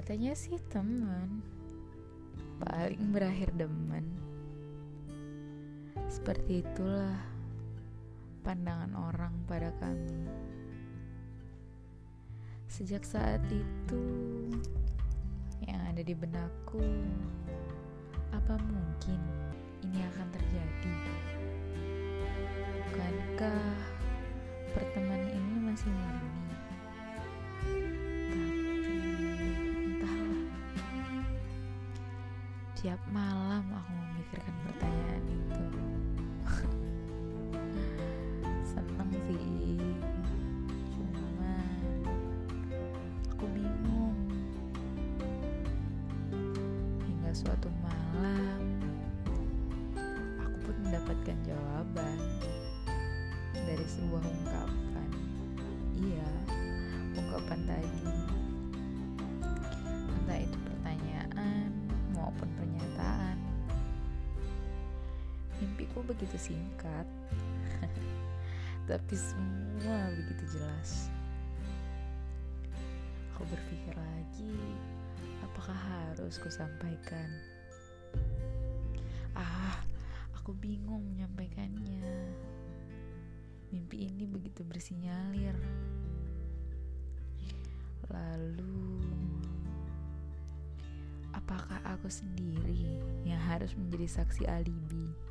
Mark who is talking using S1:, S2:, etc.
S1: Katanya sih teman, paling berakhir demen. Seperti itulah pandangan orang pada kami. Sejak saat itu, yang ada di benakku, apa mungkin ini akan terjadi? Bukankah pertemanan ini masih murni? Tiap malam aku memikirkan pertanyaan itu. Seneng sih, cuma aku bingung. Hingga suatu malam, aku pun mendapatkan jawaban dari sebuah ungkapan. Iya, ungkapan tadi. Entah itu pertanyaan maupun pernyataan. Mimpiku begitu singkat, tapi semua begitu jelas. Aku berpikir lagi, apakah harus kusampaikan? Aku bingung menyampaikannya. Mimpi ini begitu bersinyalir. Lalu, apakah aku sendiri yang harus menjadi saksi alibi?